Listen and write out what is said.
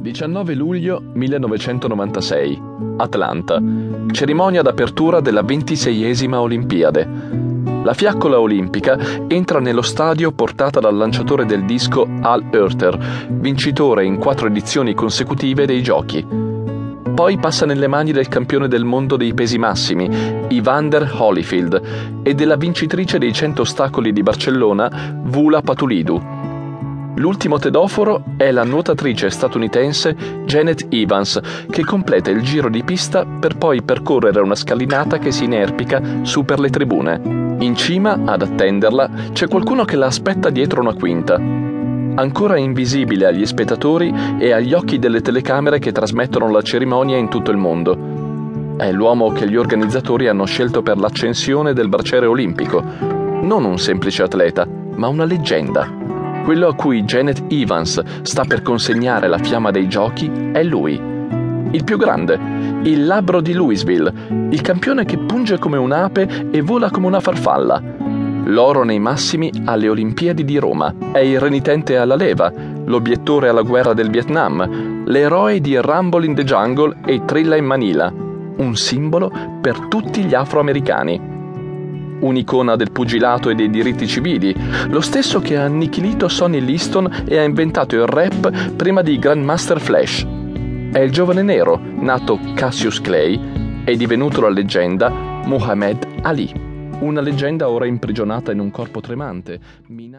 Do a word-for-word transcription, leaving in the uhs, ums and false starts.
diciannove luglio millenovecentonovantasei, Atlanta, cerimonia d'apertura della ventiseiesima Olimpiade. La fiaccola olimpica entra nello stadio portata dal lanciatore del disco Al Oerter, vincitore in quattro edizioni consecutive dei giochi. Poi passa nelle mani del campione del mondo dei pesi massimi, Evander Holyfield, e della vincitrice dei cento ostacoli di Barcellona, Voula Patulidu. L'ultimo tedoforo è la nuotatrice statunitense Janet Evans, che completa il giro di pista per poi percorrere una scalinata che si inerpica su per le tribune. In cima, ad attenderla, c'è qualcuno che la aspetta dietro una quinta, ancora invisibile agli spettatori e agli occhi delle telecamere che trasmettono la cerimonia in tutto il mondo. È l'uomo che gli organizzatori hanno scelto per l'accensione del braciere olimpico. Non un semplice atleta, ma una leggenda. Quello a cui Janet Evans sta per consegnare la fiamma dei giochi è lui. Il più grande, il labbro di Louisville, il campione che punge come un'ape e vola come una farfalla. L'oro nei massimi alle Olimpiadi di Roma. È il renitente alla leva, l'obiettore alla guerra del Vietnam, l'eroe di Rumble in the Jungle e Trilla in Manila. Un simbolo per tutti gli afroamericani. Un'icona del pugilato e dei diritti civili, lo stesso che ha annichilito Sonny Liston e ha inventato il rap prima di Grandmaster Flash. È il giovane nero, nato Cassius Clay, e divenuto la leggenda Muhammad Ali. Una leggenda ora imprigionata in un corpo tremante.